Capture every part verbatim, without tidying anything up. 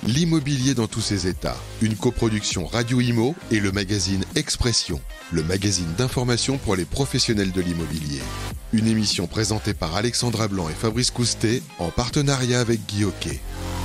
L'immobilier dans tous ses états. Une coproduction Radio Imo et le magazine Expression, le magazine d'information pour les professionnels de l'immobilier. Une émission présentée par Alexandra Blanc et Fabrice Coustet en partenariat avec Guy Hockey.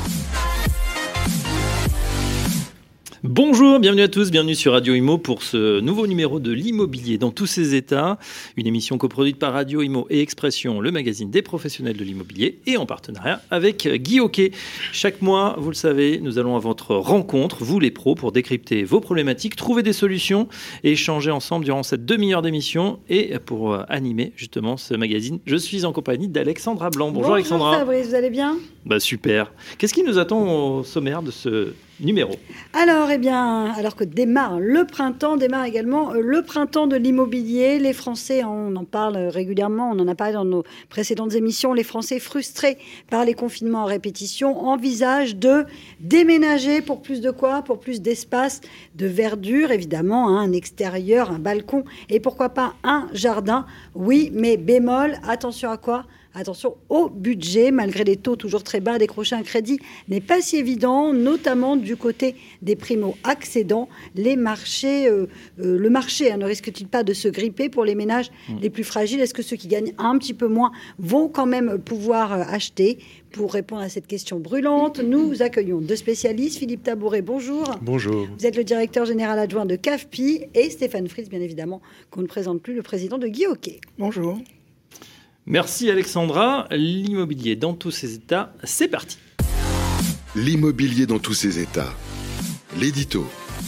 Bonjour, bienvenue à tous, bienvenue sur Radio Imo pour ce nouveau numéro de l'immobilier dans tous ses états, une émission coproduite par Radio Imo et Expression, le magazine des professionnels de l'immobilier et en partenariat avec Guy Hockey. Chaque mois, vous le savez, nous allons à votre rencontre, vous les pros, pour décrypter vos problématiques, trouver des solutions et échanger ensemble durant cette demi-heure d'émission et pour animer justement ce magazine. Je suis en compagnie d'Alexandra Blanc. Bonjour, Bonjour Alexandra. Bonjour Fabrice, vous allez bien ? Bah super. Qu'est-ce qui nous attend au sommaire de ce numéro ? Alors, eh bien, alors que démarre le printemps, démarre également le printemps de l'immobilier. Les Français, on en parle régulièrement, on en a parlé dans nos précédentes émissions, les Français frustrés par les confinements à répétition envisagent de déménager pour plus de quoi ? Pour plus d'espace, de verdure, évidemment, hein, un extérieur, un balcon et pourquoi pas un jardin. Oui, mais bémol, attention à quoi ? Attention au budget, malgré les taux toujours très bas, décrocher un crédit n'est pas si évident, notamment du côté des primo-accédants. Les marchés, euh, euh, le marché hein, ne risque-t-il pas de se gripper pour les ménages mmh. les plus fragiles ? Est-ce que ceux qui gagnent un petit peu moins vont quand même pouvoir euh, acheter ? Pour répondre à cette question brûlante, nous accueillons deux spécialistes. Philippe Tabouret, bonjour. Bonjour. Vous êtes le directeur général adjoint de C A F P I et Stéphane Fritz, bien évidemment, qu'on ne présente plus, le président de Guy Hockey. Bonjour. Merci Alexandra. L'immobilier dans tous ses états, c'est parti. L'immobilier dans tous ses états. L'édito.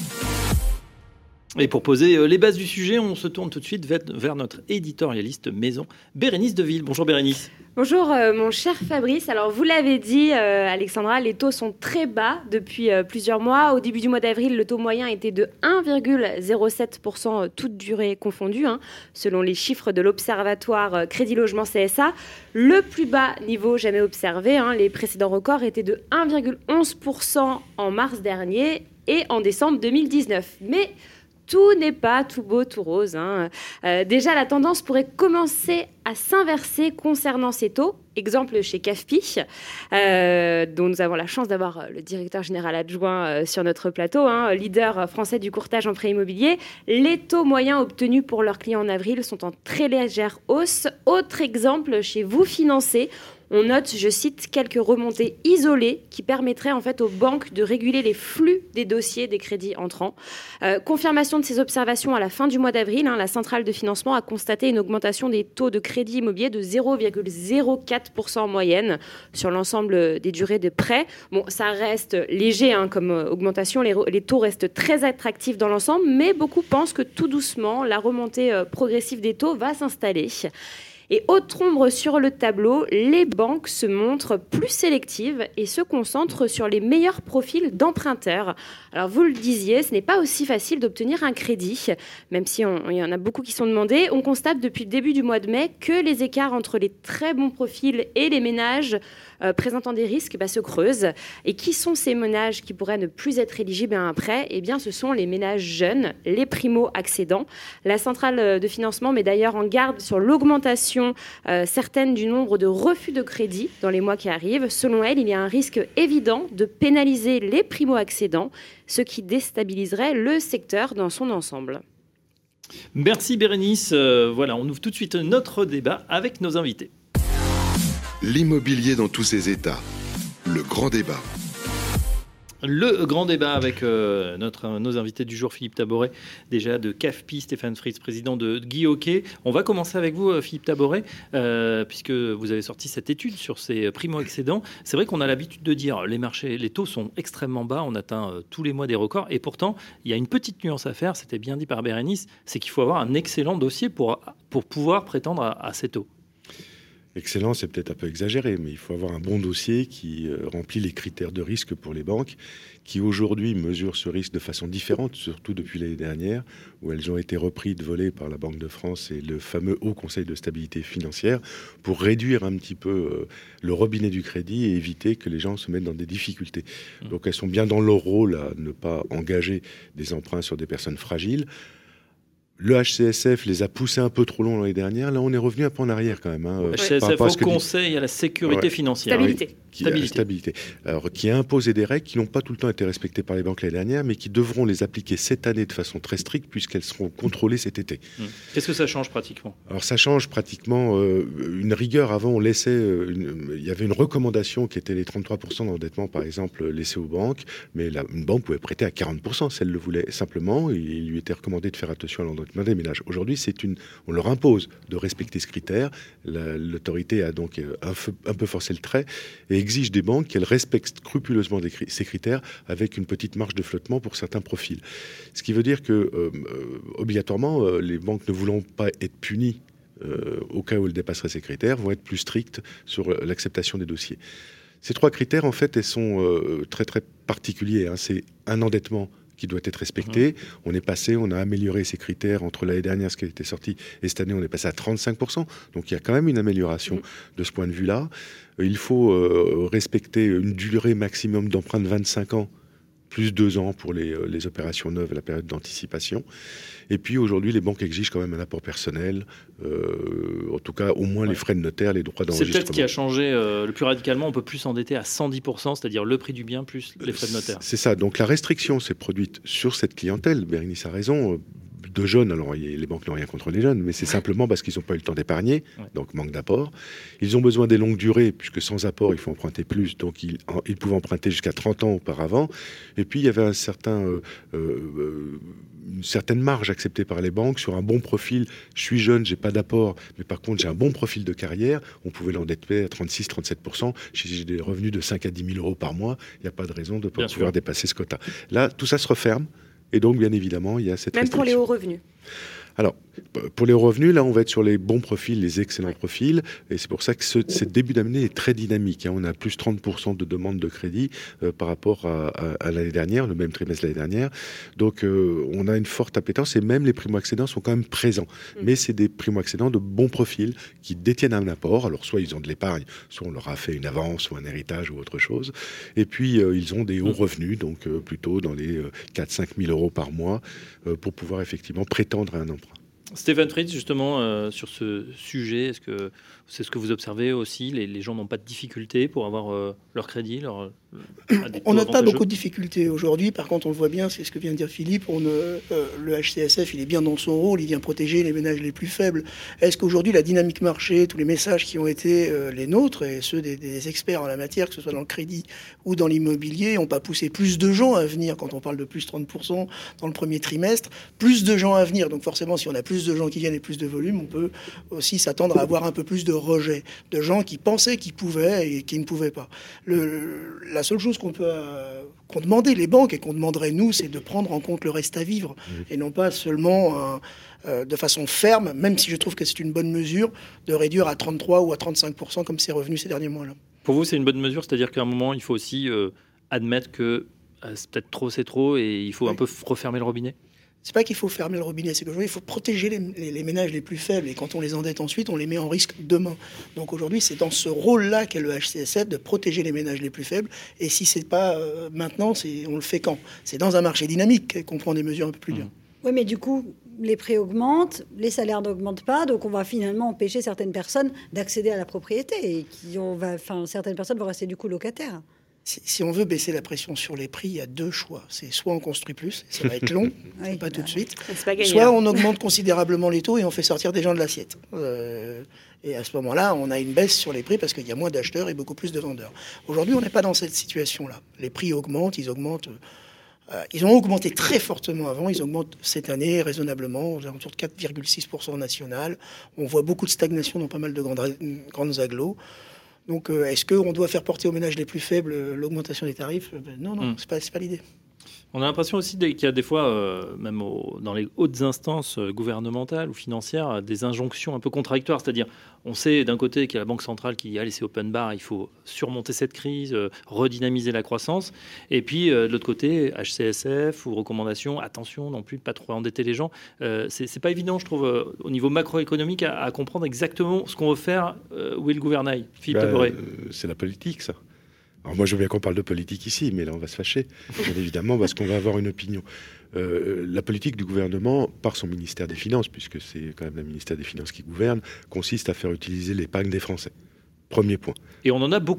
Et pour poser les bases du sujet, on se tourne tout de suite vers notre éditorialiste maison, Bérénice Deville. Bonjour Bérénice. Bonjour euh, mon cher Fabrice. Alors vous l'avez dit euh, Alexandra, les taux sont très bas depuis euh, plusieurs mois. Au début du mois d'avril, le taux moyen était de un virgule zéro sept pour cent toute durée confondue, hein, selon les chiffres de l'Observatoire euh, Crédit Logement C S A. Le plus bas niveau jamais observé, hein, les précédents records étaient de un virgule onze pour cent en mars dernier et en décembre deux mille dix-neuf. Mais tout n'est pas tout beau, tout rose. Hein. Euh, déjà, la tendance pourrait commencer à s'inverser concernant ces taux. Exemple chez C A F P I, euh, dont nous avons la chance d'avoir le directeur général adjoint euh, sur notre plateau, hein, leader français du courtage en prêt immobilier. Les taux moyens obtenus pour leurs clients en avril sont en très légère hausse. Autre exemple chez Vous Financez. On note, je cite, quelques remontées isolées qui permettraient en fait aux banques de réguler les flux des dossiers des crédits entrants. Euh, confirmation de ces observations à la fin du mois d'avril, hein, la centrale de financement a constaté une augmentation des taux de crédit immobilier de zéro virgule zéro quatre pour cent en moyenne sur l'ensemble des durées de prêt. Bon, ça reste léger hein, comme augmentation, les, les taux restent très attractifs dans l'ensemble, mais beaucoup pensent que tout doucement, la remontée euh, progressive des taux va s'installer. Et autre ombre sur le tableau, les banques se montrent plus sélectives et se concentrent sur les meilleurs profils d'emprunteurs. Alors vous le disiez, ce n'est pas aussi facile d'obtenir un crédit, même si on, il y en a beaucoup qui sont demandés. On constate depuis le début du mois de mai que les écarts entre les très bons profils et les ménages euh, présentant des risques bah, se creusent. Et qui sont ces ménages qui pourraient ne plus être éligibles à un prêt ? Eh bien, ce sont les ménages jeunes, les primo-accédants. La centrale de financement met d'ailleurs en garde sur l'augmentation Euh, certaines du nombre de refus de crédit dans les mois qui arrivent. Selon elle, il y a un risque évident de pénaliser les primo-accédants, ce qui déstabiliserait le secteur dans son ensemble. Merci Bérénice. Euh, voilà, on ouvre tout de suite notre débat avec nos invités. L'immobilier dans tous ses états. Le grand débat. Le grand débat avec euh, notre, nos invités du jour, Philippe Tabouret, déjà de C A F P I, Stéphane Fritz, président de Guy Hockey. On va commencer avec vous, Philippe Tabouret, euh, puisque vous avez sorti cette étude sur ces primo-accédants. C'est vrai qu'on a l'habitude de dire les marchés, les taux sont extrêmement bas, on atteint euh, tous les mois des records, et pourtant, il y a une petite nuance à faire, c'était bien dit par Bérénice, c'est qu'il faut avoir un excellent dossier pour, pour pouvoir prétendre à, à ces taux. Excellent, c'est peut-être un peu exagéré, mais il faut avoir un bon dossier qui euh, remplit les critères de risque pour les banques, qui aujourd'hui mesurent ce risque de façon différente, surtout depuis l'année dernière, où elles ont été reprises de volée par la Banque de France et le fameux Haut Conseil de stabilité financière, pour réduire un petit peu euh, le robinet du crédit et éviter que les gens se mettent dans des difficultés. Mmh. Donc elles sont bien dans leur rôle à ne pas engager des emprunts sur des personnes fragiles. Le H C S F les a poussés un peu trop loin l'année dernière. Là, on est revenu un peu en arrière quand même. Hein, H C S F au Conseil à la sécurité ouais. financière. Stabilité. Oui. Qui, stabilité. stabilité. Alors, qui a imposé des règles qui n'ont pas tout le temps été respectées par les banques l'année dernière, mais qui devront les appliquer cette année de façon très stricte, puisqu'elles seront contrôlées cet été. Mmh. Qu'est-ce que ça change pratiquement ? Alors, ça change pratiquement euh, une rigueur. Avant, on laissait, euh, une, il y avait une recommandation qui était les trente-trois pour cent d'endettement, par exemple, laissés aux banques, mais la, une banque pouvait prêter à quarante pour cent si elle le voulait. Simplement, il lui était recommandé de faire attention à l'endettement des ménages. Aujourd'hui, c'est une, on leur impose de respecter ce critère. La, l'autorité a donc un, feu, un peu forcé le trait et exige des banques qu'elles respectent scrupuleusement des, ces critères avec une petite marge de flottement pour certains profils. Ce qui veut dire que, euh, euh, obligatoirement, euh, les banques ne voulant pas être punies euh, au cas où elles dépasseraient ces critères vont être plus strictes sur l'acceptation des dossiers. Ces trois critères, en fait, elles sont euh, très, très particuliers. Hein. C'est un endettement qui doit être respecté. Mmh. On est passé, on a amélioré ces critères entre l'année dernière, ce qui a été sorti, et cette année, on est passé à trente-cinq pour cent. Donc, il y a quand même une amélioration mmh. de ce point de vue-là. Il faut euh, respecter une durée maximum d'emprunt de vingt-cinq ans, plus deux ans pour les, les opérations neuves, la période d'anticipation. Et puis, aujourd'hui, les banques exigent quand même un apport personnel, euh, en tout cas, au moins ouais. les frais de notaire, les droits d'enregistrement. C'est peut-être ce qui a changé euh, le plus radicalement. On peut plus s'endetter à cent dix pour cent, c'est-à-dire le prix du bien plus les frais de notaire. C'est ça. Donc, la restriction s'est produite sur cette clientèle. Bérénice a raison. De jeunes, alors les banques n'ont rien contre les jeunes, mais c'est simplement parce qu'ils n'ont pas eu le temps d'épargner, ouais. donc manque d'apport. Ils ont besoin des longues durées, puisque sans apport, il faut emprunter plus, donc ils, ils pouvaient emprunter jusqu'à trente ans auparavant. Et puis, il y avait un certain, euh, euh, une certaine marge acceptée par les banques sur un bon profil. Je suis jeune, j'ai pas d'apport, mais par contre, j'ai un bon profil de carrière. On pouvait l'endetter à trente-six à trente-sept pour cent. Si j'ai des revenus de cinq à dix mille euros par mois, il n'y a pas de raison de ne pas pouvoir sûr. dépasser ce quota. Là, tout ça se referme. Et donc, bien évidemment, il y a cette Même pour les hauts revenus. Alors, pour les hauts revenus, là, on va être sur les bons profils, les excellents ouais. profils. Et c'est pour ça que ce, ce début d'année est très dynamique. Hein. On a plus trente pour cent de demandes de crédit euh, par rapport à, à, à l'année dernière, le même trimestre l'année dernière. Donc, euh, on a une forte appétence et même les primo-accédants sont quand même présents. Mmh. Mais c'est des primo-accédants de bons profils qui détiennent un apport. Alors, soit ils ont de l'épargne, soit on leur a fait une avance ou un héritage ou autre chose. Et puis, euh, ils ont des hauts revenus, donc euh, plutôt dans les euh, quatre à cinq mille euros par mois euh, pour pouvoir effectivement prétendre à un emprunt. Stéphane Fritz, justement, euh, sur ce sujet, est-ce que c'est ce que vous observez aussi ? Les, les gens n'ont pas de difficultés pour avoir euh, leur crédit leur, On n'a pas beaucoup de difficultés aujourd'hui. Par contre, on le voit bien, c'est ce que vient de dire Philippe. On, euh, le H C S F, il est bien dans son rôle. Il vient protéger les ménages les plus faibles. Est-ce qu'aujourd'hui, la dynamique marché, tous les messages qui ont été euh, les nôtres et ceux des, des experts en la matière, que ce soit dans le crédit ou dans l'immobilier, n'ont pas poussé plus de gens à venir quand on parle de plus trente pour cent dans le premier trimestre, plus de gens à venir. Donc forcément, si on a plus de gens qui viennent et plus de volume, on peut aussi s'attendre à avoir un peu plus de rejet, de gens qui pensaient qu'ils pouvaient et qui ne pouvaient pas. Le, la seule chose qu'on peut euh, qu'on demandait les banques et qu'on demanderait nous, c'est de prendre en compte le reste à vivre mmh. et non pas seulement euh, euh, de façon ferme, même si je trouve que c'est une bonne mesure, de réduire à trente-trois ou à trente-cinq pour cent comme c'est revenu ces derniers mois-là. Pour vous, c'est une bonne mesure, c'est-à-dire qu'à un moment, il faut aussi euh, admettre que euh, c'est peut-être trop, c'est trop et il faut oui. un peu refermer le robinet ? C'est pas qu'il faut fermer le robinet, c'est qu'aujourd'hui, il faut protéger les, les, les ménages les plus faibles. Et quand on les endette ensuite, on les met en risque demain. Donc aujourd'hui, c'est dans ce rôle-là qu'est le H C S F de protéger les ménages les plus faibles. Et si c'est pas euh, maintenant, c'est, on le fait quand ? C'est dans un marché dynamique qu'on prend des mesures un peu plus dures. Mmh. Oui, mais du coup, les prix augmentent, les salaires n'augmentent pas, donc on va finalement empêcher certaines personnes d'accéder à la propriété. Et qui on va, enfin, certaines personnes vont rester du coup locataires. Si, si on veut baisser la pression sur les prix, il y a deux choix. C'est soit on construit plus, ça va être long, oui, pas bah, tout de suite. Pas soit on augmente considérablement les taux et on fait sortir des gens de l'assiette. Euh, et à ce moment-là, on a une baisse sur les prix parce qu'il y a moins d'acheteurs et beaucoup plus de vendeurs. Aujourd'hui, on n'est pas dans cette situation-là. Les prix augmentent, ils augmentent. Euh, ils ont augmenté très fortement avant. Ils augmentent cette année raisonnablement, aux alentours de quatre virgule six pour cent national. On voit beaucoup de stagnation dans pas mal de grandes, grandes agglos. Donc, euh, est-ce qu'on doit faire porter aux ménages les plus faibles euh, l'augmentation des tarifs ? ben, Non, non, mmh. c'est pas, c'est pas l'idée. On a l'impression aussi qu'il y a des fois, euh, même au, dans les hautes instances euh, gouvernementales ou financières, des injonctions un peu contradictoires. C'est-à-dire, on sait d'un côté qu'il y a la Banque centrale qui dit « Allez, c'est open bar, il faut surmonter cette crise, euh, redynamiser la croissance ». Et puis, euh, de l'autre côté, H C S F ou recommandations, attention non plus de ne pas trop endetter les gens. Euh, c'est, c'est pas évident, je trouve, euh, au niveau macroéconomique, à, à comprendre exactement ce qu'on veut faire, euh, où est le gouvernail. Philippe Taboret. Euh, c'est la politique, ça. Alors moi, je veux bien qu'on parle de politique ici, mais là, on va se fâcher, bien évidemment, parce qu'on va avoir une opinion. Euh, la politique du gouvernement, par son ministère des Finances, puisque c'est quand même le ministère des Finances qui gouverne, consiste à faire utiliser l'épargne des Français. Premier point. Et on en a beaucoup.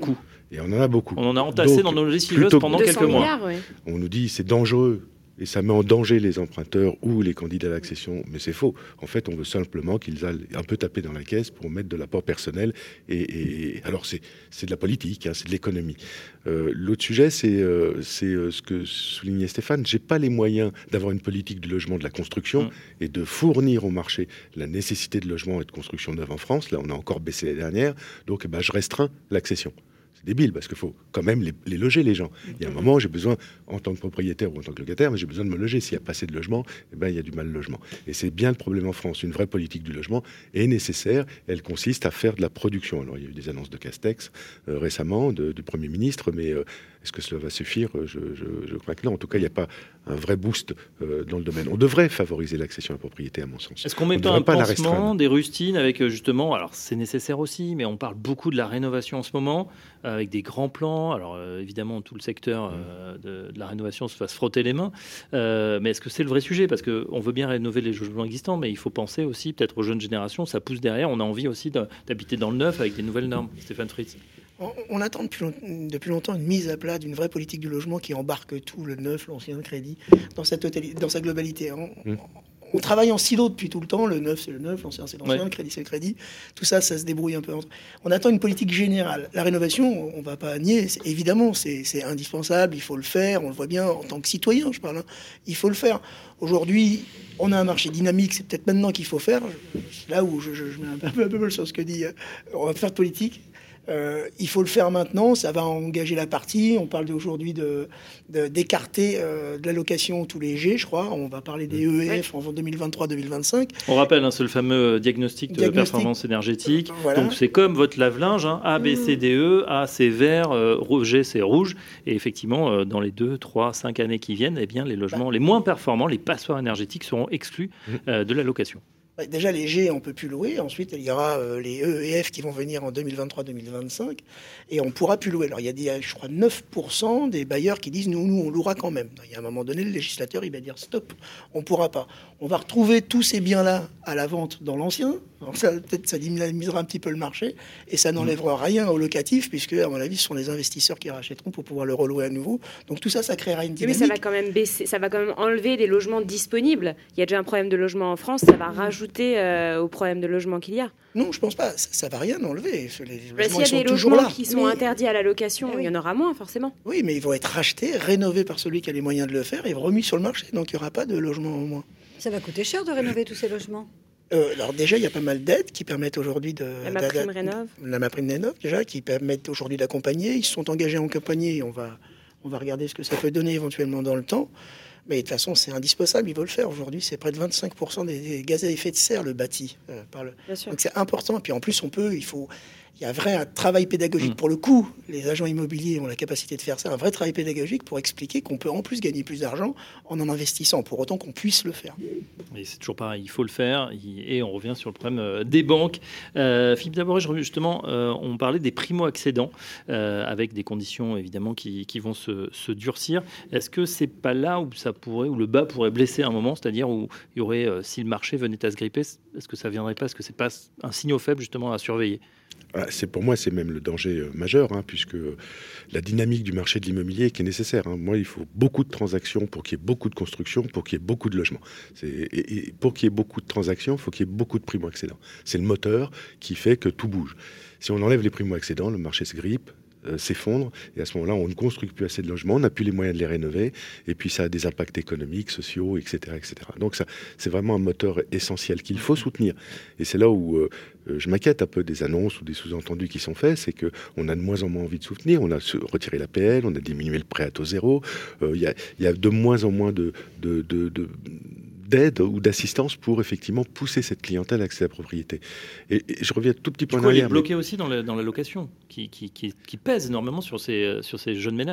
Et on en a beaucoup. On en a entassé Donc, dans nos lessiveuses pendant quelques mois. Milliards, oui. On nous dit c'est dangereux. Et ça met en danger les emprunteurs ou les candidats à l'accession. Mais c'est faux. En fait, on veut simplement qu'ils aillent un peu taper dans la caisse pour mettre de l'apport personnel. Et, et alors, c'est, c'est de la politique, hein, c'est de l'économie. Euh, l'autre sujet, c'est, euh, c'est euh, ce que soulignait Stéphane. J'ai pas les moyens d'avoir une politique du logement, de la construction, mmh. et de fournir au marché la nécessité de logement et de construction neuve en France. Là, on a encore baissé l'année dernière. Donc, eh ben, je restreins l'accession. C'est débile parce qu'il faut quand même les, les loger, les gens. Il y a un moment, j'ai besoin, en tant que propriétaire ou en tant que locataire, mais j'ai besoin de me loger. S'il n'y a pas assez de logement, eh ben, il y a du mal logement. Et c'est bien le problème en France. Une vraie politique du logement est nécessaire. Elle consiste à faire de la production. Alors, il y a eu des annonces de Castex euh, récemment, de, du Premier ministre, mais euh, est-ce que cela va suffire ? je, je, je crois que non. En tout cas, il n'y a pas un vrai boost euh, dans le domaine. On devrait favoriser l'accession à la propriété, à mon sens. Est-ce qu'on met pas un pansement, des rustines avec justement, alors c'est nécessaire aussi, mais on parle beaucoup de la rénovation en ce moment, avec des grands plans. Alors euh, évidemment, tout le secteur euh, de, de la rénovation se fasse frotter les mains. Euh, mais est-ce que c'est le vrai sujet ? Parce qu'on veut bien rénover les logements existants, mais il faut penser aussi peut-être aux jeunes générations. Ça pousse derrière. On a envie aussi d'habiter dans le neuf avec des nouvelles normes. Stéphane Fritz. On, on attend depuis, long, depuis longtemps une mise à plat d'une vraie politique du logement qui embarque tout, le neuf, l'ancien, le crédit, dans sa, totalité, dans sa globalité. On, mmh. on travaille en silo depuis tout le temps. Le neuf, c'est le neuf, l'ancien, c'est l'ancien, ouais. Le crédit, c'est le crédit. Tout ça, ça se débrouille un peu entre. On attend une politique générale. La rénovation, on ne va pas nier. C'est, évidemment, c'est, c'est indispensable. Il faut le faire. On le voit bien en tant que citoyen, je parle. Hein. Il faut le faire. Aujourd'hui, on a un marché dynamique. C'est peut-être maintenant qu'il faut faire. Là où je, je, je mets un peu, un peu sur ce que dit. Euh, on va faire de politique. Euh, il faut le faire maintenant, ça va engager la partie. On parle aujourd'hui de, de, d'écarter euh, de l'allocation tous les G, je crois. On va parler des E E F en deux mille vingt-trois deux mille vingt-cinq. On rappelle, hein, c'est le fameux diagnostic de diagnostic. performance énergétique. Voilà. Donc c'est comme votre lave-linge, hein, A, B, C, D, E. A, c'est vert, euh, G, c'est rouge. Et effectivement, euh, dans les deux, trois, cinq années qui viennent, eh bien, les logements bah. les moins performants, les passoires énergétiques, seront exclus euh, de l'allocation. Déjà, les G, on ne peut plus louer. Ensuite, il y aura euh, les E et F qui vont venir en deux mille vingt-trois deux mille vingt-cinq. Et on ne pourra plus louer. Alors, il y a, des, je crois, neuf pour cent des bailleurs qui disent nous, nous, on louera quand même. Il y a un moment donné, le législateur, il va dire stop, on ne pourra pas. On va retrouver tous ces biens-là à la vente dans l'ancien. Alors ça, peut-être, ça dynamisera un petit peu le marché. Et ça n'enlèvera rien au locatif, puisque, à mon avis, ce sont les investisseurs qui rachèteront pour pouvoir le relouer à nouveau. Donc, tout ça, ça créera une dynamique. Mais ça va quand même baisser, ça va quand même enlever des logements disponibles. Il y a déjà un problème de logement en France, ça va rajouter euh, au problème de logement qu'il y a. Non, je pense pas. Ça ne va rien enlever. Les bah, s'il y a sont des toujours logements là. qui sont mais... interdits à la location, oui. Il y en aura moins, forcément. Oui, mais ils vont être rachetés, rénovés par celui qui a les moyens de le faire et remis sur le marché. Donc, il n'y aura pas de logement en moins. Ça va coûter cher de rénover tous ces logements. Euh, alors déjà, il y a pas mal d'aides qui permettent aujourd'hui de... La MaPrimeRénov'. La MaPrimeRénov', déjà, qui permettent aujourd'hui d'accompagner. Ils se sont engagés à accompagner. On va, on va regarder ce que ça peut donner éventuellement dans le temps. Mais de toute façon, c'est indispensable. Il faut le faire. Aujourd'hui, c'est près de vingt-cinq pour cent des, des gaz à effet de serre, le bâti. Euh, par le... Donc c'est important. Et puis en plus, on peut... Il faut... Il y a un vrai un travail pédagogique. Mmh. Pour le coup, les agents immobiliers ont la capacité de faire ça, un vrai travail pédagogique pour expliquer qu'on peut en plus gagner plus d'argent en en investissant, pour autant qu'on puisse le faire. Et c'est toujours pareil, il faut le faire. Et on revient sur le problème des banques. Euh, Philippe Taboret, justement, euh, on parlait des primo-accédants, euh, avec des conditions évidemment qui, qui vont se, se durcir. Est-ce que c'est pas là où ça pourrait, où le bas pourrait blesser à un moment, c'est-à-dire où il y aurait, euh, si le marché venait à se gripper, est-ce que ça viendrait pas, est-ce que c'est pas un signal faible justement à surveiller? C'est, pour moi, c'est même le danger majeur, hein, puisque la dynamique du marché de l'immobilier qui est nécessaire. Hein. Moi, il faut beaucoup de transactions pour qu'il y ait beaucoup de construction, pour qu'il y ait beaucoup de logements. C'est, et, et pour qu'il y ait beaucoup de transactions, il faut qu'il y ait beaucoup de primo-accédants. C'est le moteur qui fait que tout bouge. Si on enlève les primo-accédants, le marché se grippe, Euh, s'effondre, et à ce moment-là, on ne construit plus assez de logements, on n'a plus les moyens de les rénover, et puis ça a des impacts économiques, sociaux, et cetera, et cetera. Donc ça, c'est vraiment un moteur essentiel qu'il faut soutenir. Et c'est là où euh, je m'inquiète un peu des annonces ou des sous-entendus qui sont faits, c'est qu'on a de moins en moins envie de soutenir, on a retiré l'A P L, on a diminué le prêt à taux zéro, il euh, y, y a de moins en moins de... de, de, de d'aide ou d'assistance pour effectivement pousser cette clientèle à accéder à la propriété. Et, et je reviens tout petit point en arrière. Il est bloqué mais... aussi dans la, dans la location, qui, qui, qui, qui pèse énormément sur ces, sur ces jeunes ménages.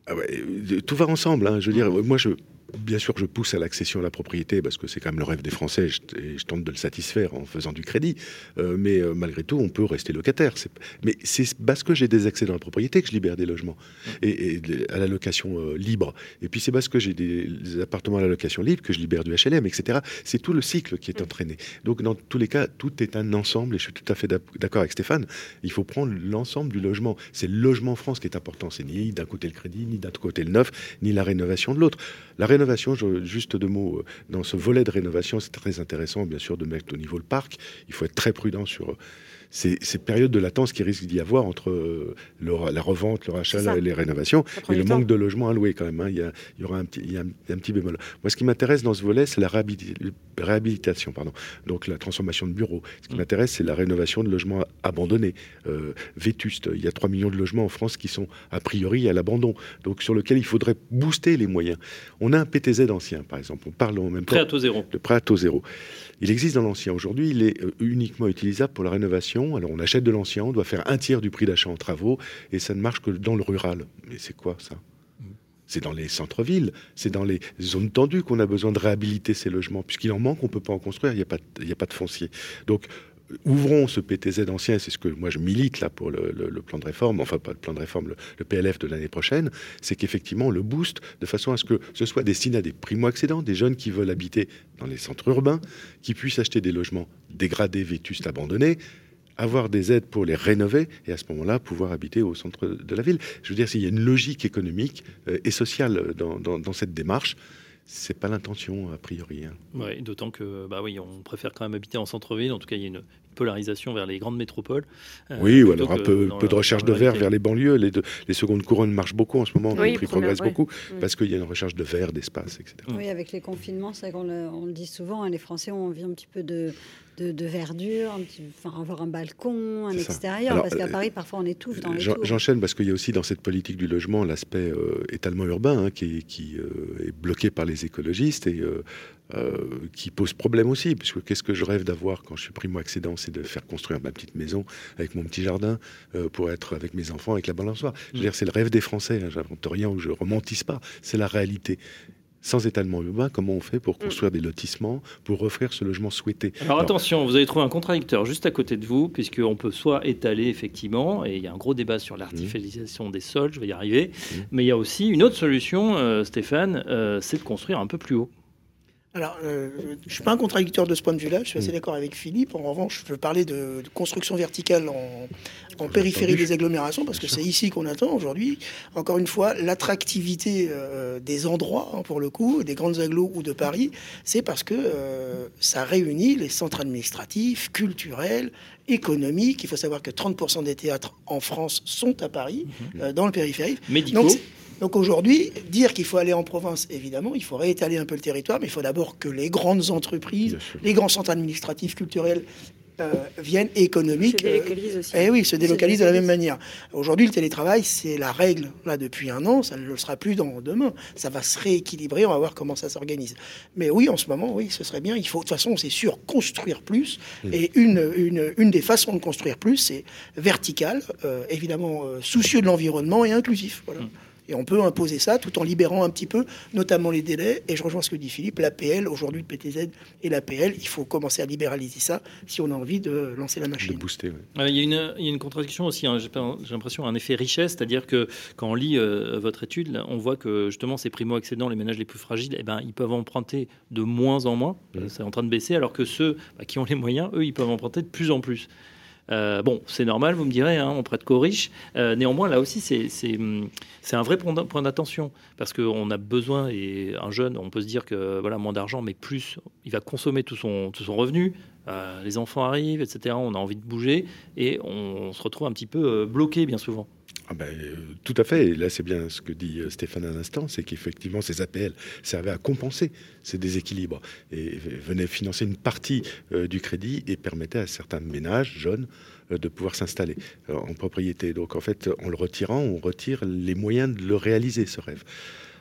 Ah ouais, tout va ensemble, hein. Je veux dire, moi, je... Bien sûr que je pousse à l'accession à la propriété parce que c'est quand même le rêve des Français et je, et je tente de le satisfaire en faisant du crédit. Euh, mais euh, malgré tout, on peut rester locataire. C'est, mais c'est parce que j'ai des accès dans la propriété que je libère des logements et, et à la location euh, libre. Et puis c'est parce que j'ai des, des appartements à la location libre que je libère du H L M, et cetera. C'est tout le cycle qui est entraîné. Donc dans tous les cas, tout est un ensemble et je suis tout à fait d'accord avec Stéphane. Il faut prendre l'ensemble du logement. C'est le logement en France qui est important. C'est ni d'un côté le crédit, ni d'un côté le neuf, ni la rénovation de l'autre. La rénovation, je, juste deux mots, dans ce volet de rénovation, c'est très intéressant, bien sûr, de mettre au niveau le parc. Il faut être très prudent sur ces, ces périodes de latence qui risquent d'y avoir entre le, la revente, le rachat, la, les rénovations et le manque de logements alloués quand même. Hein. Il, y a, il y aura un petit, il y a un, il y a un petit bémol. Moi, ce qui m'intéresse dans ce volet, c'est la réhabilitation, pardon. Donc la transformation de bureaux. Ce qui mmh. m'intéresse, c'est la rénovation de logements abandonnés, euh, vétustes. Il y a trois millions de logements en France qui sont a priori à l'abandon, donc sur lequel il faudrait booster les moyens. On a un P T Z ancien, par exemple. On parle en même temps prêt à taux zéro. de prêt à taux zéro. Il existe dans l'ancien. Aujourd'hui, il est euh, uniquement utilisable pour la rénovation. Alors, on achète de l'ancien, on doit faire un tiers du prix d'achat en travaux, et ça ne marche que dans le rural. Mais c'est quoi, ça ? C'est dans les centres-villes, c'est dans les zones tendues qu'on a besoin de réhabiliter ces logements. Puisqu'il en manque, on ne peut pas en construire, il n'y a pas, il n'y a pas de foncier. Donc, ouvrons ce P T Z ancien, c'est ce que moi je milite là pour le, le, le plan de réforme, enfin pas le plan de réforme, le, le P L F de l'année prochaine, c'est qu'effectivement on le booste de façon à ce que ce soit destiné à des primo-accédants, des jeunes qui veulent habiter dans les centres urbains, qui puissent acheter des logements dégradés, vétustes, abandonnés, avoir des aides pour les rénover et à ce moment-là pouvoir habiter au centre de la ville. Je veux dire, s'il y a une logique économique euh, et sociale dans, dans, dans cette démarche, c'est pas l'intention a priori. Hein. Ouais, d'autant que bah oui, on préfère quand même habiter en centre-ville. En tout cas, il y a une polarisation vers les grandes métropoles. Euh, oui, ou alors un peu, peu de recherche de verre vers les banlieues. Les, deux, les secondes couronnes marchent beaucoup en ce moment. Oui, les prix progressent ouais. beaucoup mmh. parce qu'il y a une recherche de verre, d'espace, et cetera. Oui, avec les confinements, c'est qu'on le, on le dit souvent, hein, les Français ont envie un petit peu de, de, de verdure, un petit, enfin, avoir un balcon, un c'est extérieur, alors, parce qu'à Paris, parfois, on étouffe dans les j'en, tours. J'enchaîne parce qu'il y a aussi dans cette politique du logement l'aspect euh, étalement urbain hein, qui, qui euh, est bloqué par les écologistes et euh, Euh, qui pose problème aussi, puisque qu'est-ce que je rêve d'avoir quand je suis primo-accédant, c'est de faire construire ma petite maison avec mon petit jardin euh, pour être avec mes enfants, avec la balançoire. Mmh. Je veux dire, c'est le rêve des Français, hein, j'invente rien ou je romantise pas, c'est la réalité. Sans étalement urbain, comment on fait pour construire mmh. des lotissements, pour offrir ce logement souhaité ? Alors, Alors attention, vous avez trouvé un contradicteur juste à côté de vous, puisqu'on peut soit étaler effectivement, et il y a un gros débat sur l'artificialisation mmh. des sols, je vais y arriver, mmh. mais il y a aussi une autre solution, euh, Stéphane, euh, c'est de construire un peu plus haut. Alors, euh, je ne suis pas un contradicteur de ce point de vue-là, je suis assez d'accord avec Philippe. En revanche, je veux parler de, de construction verticale en, en périphérie des agglomérations, parce que c'est ici qu'on attend aujourd'hui. Encore une fois, l'attractivité euh, des endroits, hein, pour le coup, des grandes agglos ou de Paris, c'est parce que euh, ça réunit les centres administratifs, culturels, économiques. Il faut savoir que trente pour cent des théâtres en France sont à Paris, mmh. euh, dans le périphérique. Médicaux. Donc, Donc aujourd'hui, dire qu'il faut aller en province, évidemment, il faut réétaler un peu le territoire, mais il faut d'abord que les grandes entreprises, les grands centres administratifs, culturels, euh, viennent économiques. Se délocalisent aussi. Euh, eh oui, se délocalisent de la même manière. Aujourd'hui, le télétravail, c'est la règle, là, depuis un an, ça ne le sera plus dans demain. Ça va se rééquilibrer, on va voir comment ça s'organise. Mais oui, en ce moment, oui, ce serait bien. Il faut, de toute façon, c'est sûr, construire plus. Mmh. Et une, une, une des façons de construire plus, c'est vertical, euh, évidemment, euh, soucieux de l'environnement et inclusif. Voilà. Mmh. Et on peut imposer ça tout en libérant un petit peu, notamment les délais. Et je rejoins ce que dit Philippe, l'A P L, aujourd'hui le P T Z et l'A P L, il faut commencer à libéraliser ça si on a envie de lancer la machine. De booster, oui. euh, il, y a une, il y a une contradiction aussi, hein, j'ai, j'ai l'impression, un effet richesse, c'est-à-dire que quand on lit euh, votre étude, là, on voit que justement ces primo-accédants, les ménages les plus fragiles, eh ben, ils peuvent emprunter de moins en moins, mmh. c'est en train de baisser, alors que ceux bah, qui ont les moyens, eux, ils peuvent emprunter de plus en plus. Euh, bon, c'est normal, vous me direz, hein, on prête qu'aux riches. Euh, néanmoins, là aussi, c'est, c'est, c'est un vrai point d'attention parce qu'on a besoin, et un jeune, on peut se dire que voilà, moins d'argent, mais plus, il va consommer tout son, tout son revenu. Euh, les enfants arrivent, et cetera. On a envie de bouger et on, on se retrouve un petit peu bloqué bien souvent. Ah ben, euh, tout à fait. Et là, c'est bien ce que dit euh, Stéphane à l'instant, c'est qu'effectivement, ces A P L servaient à compenser ces déséquilibres et venaient financer une partie euh, du crédit et permettaient à certains ménages jeunes euh, de pouvoir s'installer euh, en propriété. Donc, en fait, en le retirant, on retire les moyens de le réaliser, ce rêve.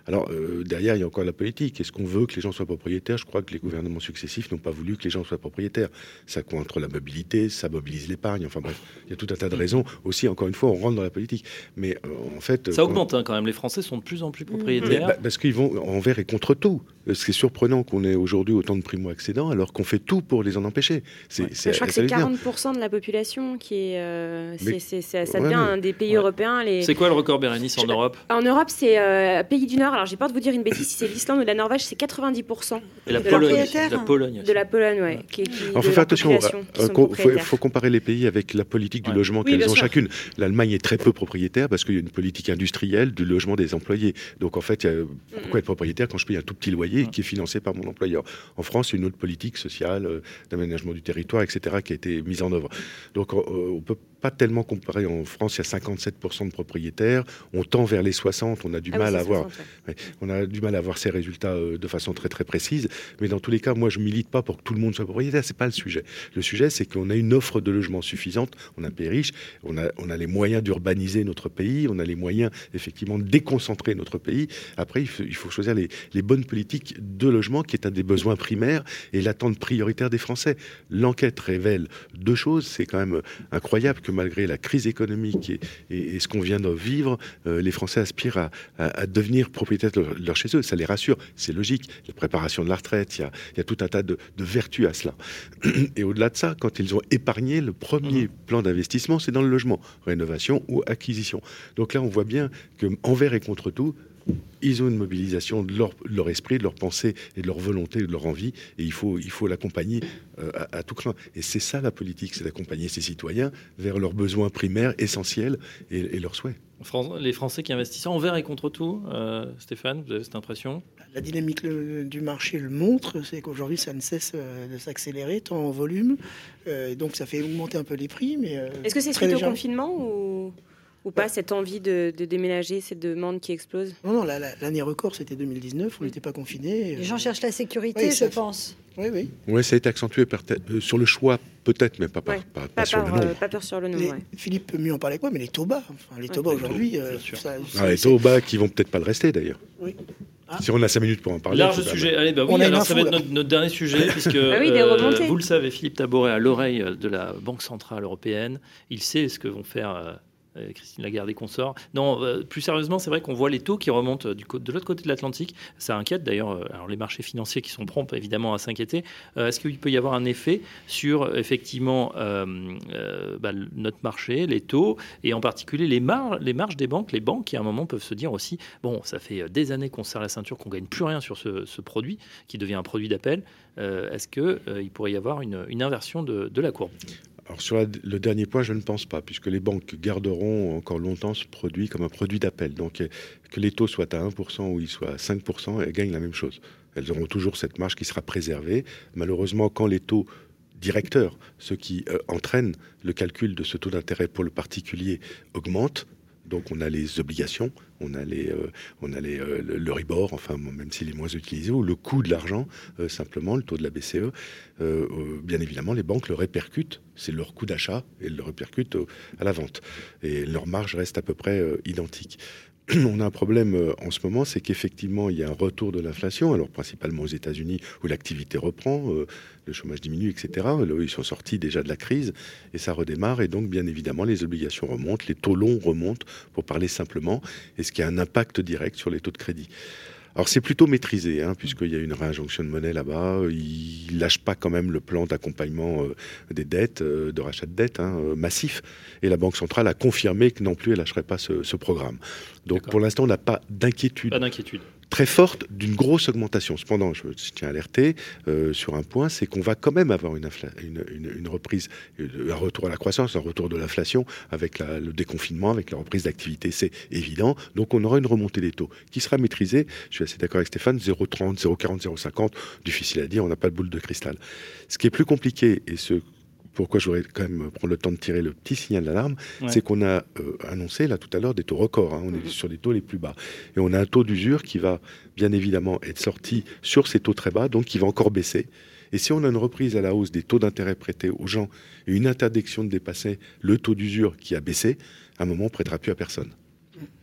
Alors, euh, derrière, il y a encore la politique. Est-ce qu'on veut que les gens soient propriétaires ? Je crois que les gouvernements successifs n'ont pas voulu que les gens soient propriétaires. Ça contre la mobilité, ça mobilise l'épargne. Enfin bref, il y a tout un tas de raisons. Aussi, encore une fois, on rentre dans la politique. Mais euh, en fait... Ça quand... augmente hein, quand même. Les Français sont de plus en plus propriétaires. Bah, parce qu'ils vont envers et contre tout. C'est surprenant qu'on ait aujourd'hui autant de primo-accédants alors qu'on fait tout pour les en empêcher. C'est, ouais. c'est, je crois que c'est quarante pour cent de la population qui est... Euh, c'est, c'est, c'est, ça devient ouais, mais... un des pays ouais. européens. Les... C'est quoi le record, Bérénice, en je... Europe ? En Europe, c'est euh, pays du Nord. Alors, j'ai peur de vous dire une bêtise, si c'est l'Islande ou la Norvège, c'est quatre-vingt-dix pour cent. Et la Pologne, la Pologne. De la Pologne, oui. Il faut faire attention. Il faut, faut comparer les pays avec la politique du ouais. logement oui, qu'elles ont sûr. chacune. L'Allemagne est très peu propriétaire parce qu'il y a une politique industrielle du logement des employés. Donc, en fait, il y a, pourquoi être propriétaire quand je paye un tout petit loyer mmh. qui est financé par mon employeur ? En France, c'est une autre politique sociale, euh, d'aménagement du territoire, et cetera, qui a été mise en œuvre. Donc, euh, on peut pas tellement comparer. En France, il y a cinquante-sept pour cent de propriétaires. On tend vers les soixante. On a du ah mal oui, à avoir. soixante, ouais. Ouais, on a du mal à avoir ces résultats euh, de façon très très précise. Mais dans tous les cas, moi, je milite pas pour que tout le monde soit propriétaire. C'est pas le sujet. Le sujet, c'est qu'on a une offre de logement suffisante. On a un pays riche. On a on a les moyens d'urbaniser notre pays. On a les moyens effectivement de déconcentrer notre pays. Après, il faut, il faut choisir les, les bonnes politiques de logement, qui est un des besoins primaires et l'attente prioritaire des Français. L'enquête révèle deux choses. C'est quand même incroyable que malgré la crise économique et, et, et ce qu'on vient de vivre, euh, les Français aspirent à, à, à devenir propriétaires de leur, de leur chez eux. Ça les rassure, c'est logique. La préparation de la retraite, il y a, y a tout un tas de, de vertus à cela. Et au-delà de ça, quand ils ont épargné, le premier plan d'investissement, c'est dans le logement, rénovation ou acquisition. Donc là, on voit bien que envers et contre tout, ils ont une mobilisation de leur, de leur esprit, de leur pensée et de leur volonté, de leur envie, et il faut, il faut l'accompagner euh, à, à tout craint. Et c'est ça la politique, c'est d'accompagner ces citoyens vers leurs besoins primaires, essentiels et, et leurs souhaits. Les Français qui investissent envers et contre tout, euh, Stéphane, vous avez cette impression ? La dynamique le, du marché le montre, c'est qu'aujourd'hui ça ne cesse euh, de s'accélérer, tant en volume, euh, donc ça fait augmenter un peu les prix. Mais euh, est-ce que c'est suite au confinement ou Ou pas, cette envie de, de déménager, cette demande qui explose ? Non, non, la, la, l'année record, c'était deux mille dix-neuf, on n'était pas confinés. Les gens cherchent la sécurité, oui, je pense. Oui, oui. Oui, ça a été accentué par euh, sur le choix, peut-être, mais pas, par, ouais. pas, pas, pas sur par, le nombre. Euh, pas peur sur le nombre, les, ouais. Philippe peut mieux en parler quoi, mais les taux bas, enfin, les taux bas ouais, aujourd'hui... Euh, ça, ah, les taux bas qui vont peut-être pas le rester, d'ailleurs. Oui. Ah. Si on a cinq minutes pour en parler. Large sujet. Allez, bah oui, on alors ça va être notre, notre dernier sujet, puisque ah oui, euh, vous le savez, Philippe Taboret à l'oreille de la Banque Centrale Européenne. Il sait ce que vont faire... Euh, Christine Lagarde et consorts. Non, euh, plus sérieusement, c'est vrai qu'on voit les taux qui remontent du co- de l'autre côté de l'Atlantique. Ça inquiète d'ailleurs euh, alors les marchés financiers qui sont prompts évidemment à s'inquiéter. Euh, est-ce qu'il peut y avoir un effet sur effectivement euh, euh, bah, notre marché, les taux et en particulier les, mar- les marges des banques, les banques qui à un moment peuvent se dire aussi bon, ça fait des années qu'on serre la ceinture, qu'on gagne plus rien sur ce, ce produit qui devient un produit d'appel. Euh, est-ce qu'il euh, pourrait y avoir une, une inversion de, de la courbe ? Alors sur la, le dernier point, je ne pense pas, puisque les banques garderont encore longtemps ce produit comme un produit d'appel. Donc que les taux soient à un pour cent ou ils soient à cinq pour cent, elles gagnent la même chose. Elles auront toujours cette marge qui sera préservée. Malheureusement, quand les taux directeurs, ceux qui euh, entraînent le calcul de ce taux d'intérêt pour le particulier, augmentent, donc on a les obligations, on a, les, euh, on a les, euh, le, le Ribor, enfin même s'il est moins utilisé, ou le coût de l'argent, euh, simplement, le taux de la B C E. Euh, euh, bien évidemment, les banques le répercutent, c'est leur coût d'achat, et le répercutent euh, à la vente. Et leur marge reste à peu près euh, identique. On a un problème euh, en ce moment, c'est qu'effectivement, il y a un retour de l'inflation, alors principalement aux États-Unis, où l'activité reprend, euh, le chômage diminue, et cetera. Là, ils sont sortis déjà de la crise, et ça redémarre, et donc, bien évidemment, les obligations remontent, les taux longs remontent, pour parler simplement, et ce qui a un impact direct sur les taux de crédit. Alors c'est plutôt maîtrisé, hein, puisqu'il y a une réinjonction de monnaie là-bas. Ils ne lâchent pas quand même le plan d'accompagnement euh, des dettes, euh, de rachat de dettes hein, euh, massif. Et la Banque centrale a confirmé que non plus elle ne lâcherait pas ce, ce programme. Donc D'accord. Pour l'instant, on n'a pas d'inquiétude. Pas d'inquiétude. Très forte d'une grosse augmentation. Cependant, je tiens à alerter euh, sur un point, c'est qu'on va quand même avoir une, infla- une, une, une reprise, un retour à la croissance, un retour de l'inflation avec la, le déconfinement, avec la reprise d'activité, c'est évident. Donc on aura une remontée des taux qui sera maîtrisée. Je suis assez d'accord avec Stéphane, zéro virgule trente, zéro virgule quarante, zéro virgule cinquante, difficile à dire, on n'a pas de boule de cristal. Ce qui est plus compliqué, et ce pourquoi je voudrais quand même prendre le temps de tirer le petit signal d'alarme, ouais. c'est qu'on a euh, annoncé là tout à l'heure des taux records. Hein, on mmh. est sur des taux les plus bas. Et on a un taux d'usure qui va bien évidemment être sorti sur ces taux très bas, donc qui va encore baisser. Et si on a une reprise à la hausse des taux d'intérêt prêtés aux gens et une interdiction de dépasser le taux d'usure qui a baissé, à un moment on ne prêtera plus à personne.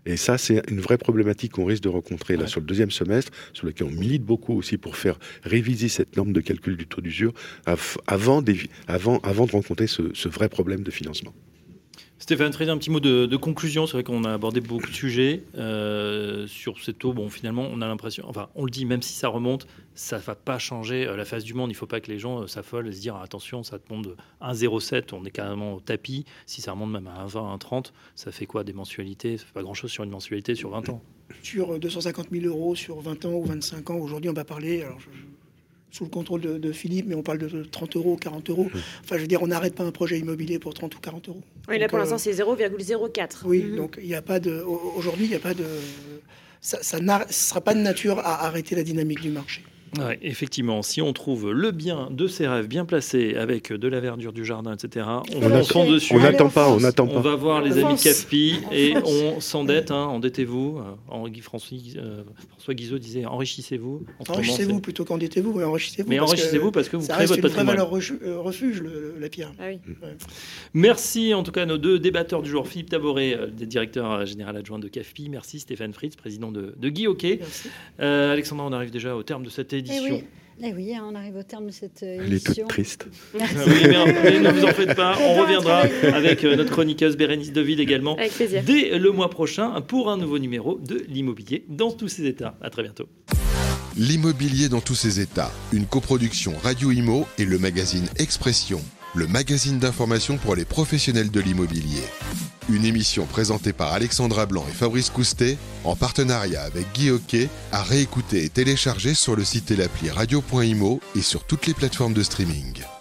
Et ça, c'est une vraie problématique qu'on risque de rencontrer là ouais. sur le deuxième semestre, sur lequel on milite beaucoup aussi pour faire réviser cette norme de calcul du taux d'usure avant, avant, avant de rencontrer ce, ce vrai problème de financement. Stéphane Fritz, un petit mot de, de conclusion. C'est vrai qu'on a abordé beaucoup de sujets euh, sur ces taux. Bon, finalement, on a l'impression, enfin, on le dit, même si ça remonte, ça ne va pas changer la face du monde. Il ne faut pas que les gens euh, s'affolent et se dire, attention, ça te monte de un virgule zéro sept, on est carrément au tapis. Si ça remonte même à un vingt, un virgule trente, ça fait quoi des mensualités? Ça fait pas grand-chose sur une mensualité sur vingt ans. Sur deux cent cinquante mille euros sur vingt ans ou vingt-cinq ans, aujourd'hui, on va parler... Alors je, je... sous le contrôle de, de Philippe, mais on parle de trente euros, quarante euros. Enfin, je veux dire, on n'arrête pas un projet immobilier pour trente ou quarante euros. Oui, là, donc, pour l'instant, euh, c'est zéro virgule zéro quatre. Oui, mmh. donc il n'y a pas de... Aujourd'hui, il n'y a pas de... Ça ne sera pas de nature à arrêter la dynamique du marché. Ouais, effectivement, si on trouve le bien de ses rêves bien placé avec de la verdure du jardin, et cetera, on, on fonce dessus. On n'attend pas, on n'attend pas. On va voir les amis de C A F P I et on s'endette, hein, endettez-vous. Euh, François, euh, François Guizot disait enrichissez-vous. Enrichissez-vous plutôt qu'endettez-vous, mais enrichissez-vous. Mais parce enrichissez-vous que parce que vous ça créez votre patrimoine. Ça patrimoine. reste une vraie valeur refuge, le, la pierre. Ah oui. Ouais. Merci en tout cas à nos deux débatteurs du jour, Philippe Taboret, euh, directeur général adjoint de C A F P I. Merci Stéphane Fritz, président de, de Guy Hockey. Euh, Alexandra, on arrive déjà au terme de cette édition. Eh oui. Eh oui, on arrive au terme de cette émission. Elle est toute triste. Merci. Oui, mais, mais ne vous en faites pas, on reviendra avec notre chroniqueuse Bérénice Deville également avec plaisir. Dès le mois prochain pour un nouveau numéro de l'immobilier dans tous ses états. À très bientôt. L'immobilier dans tous ses états, une coproduction Radio Imo et le magazine Expression, le magazine d'information pour les professionnels de l'immobilier. Une émission présentée par Alexandra Blanc et Fabrice Coustet, en partenariat avec Guy Hockey, à réécouter et télécharger sur le site et l'appli radio point imo et sur toutes les plateformes de streaming.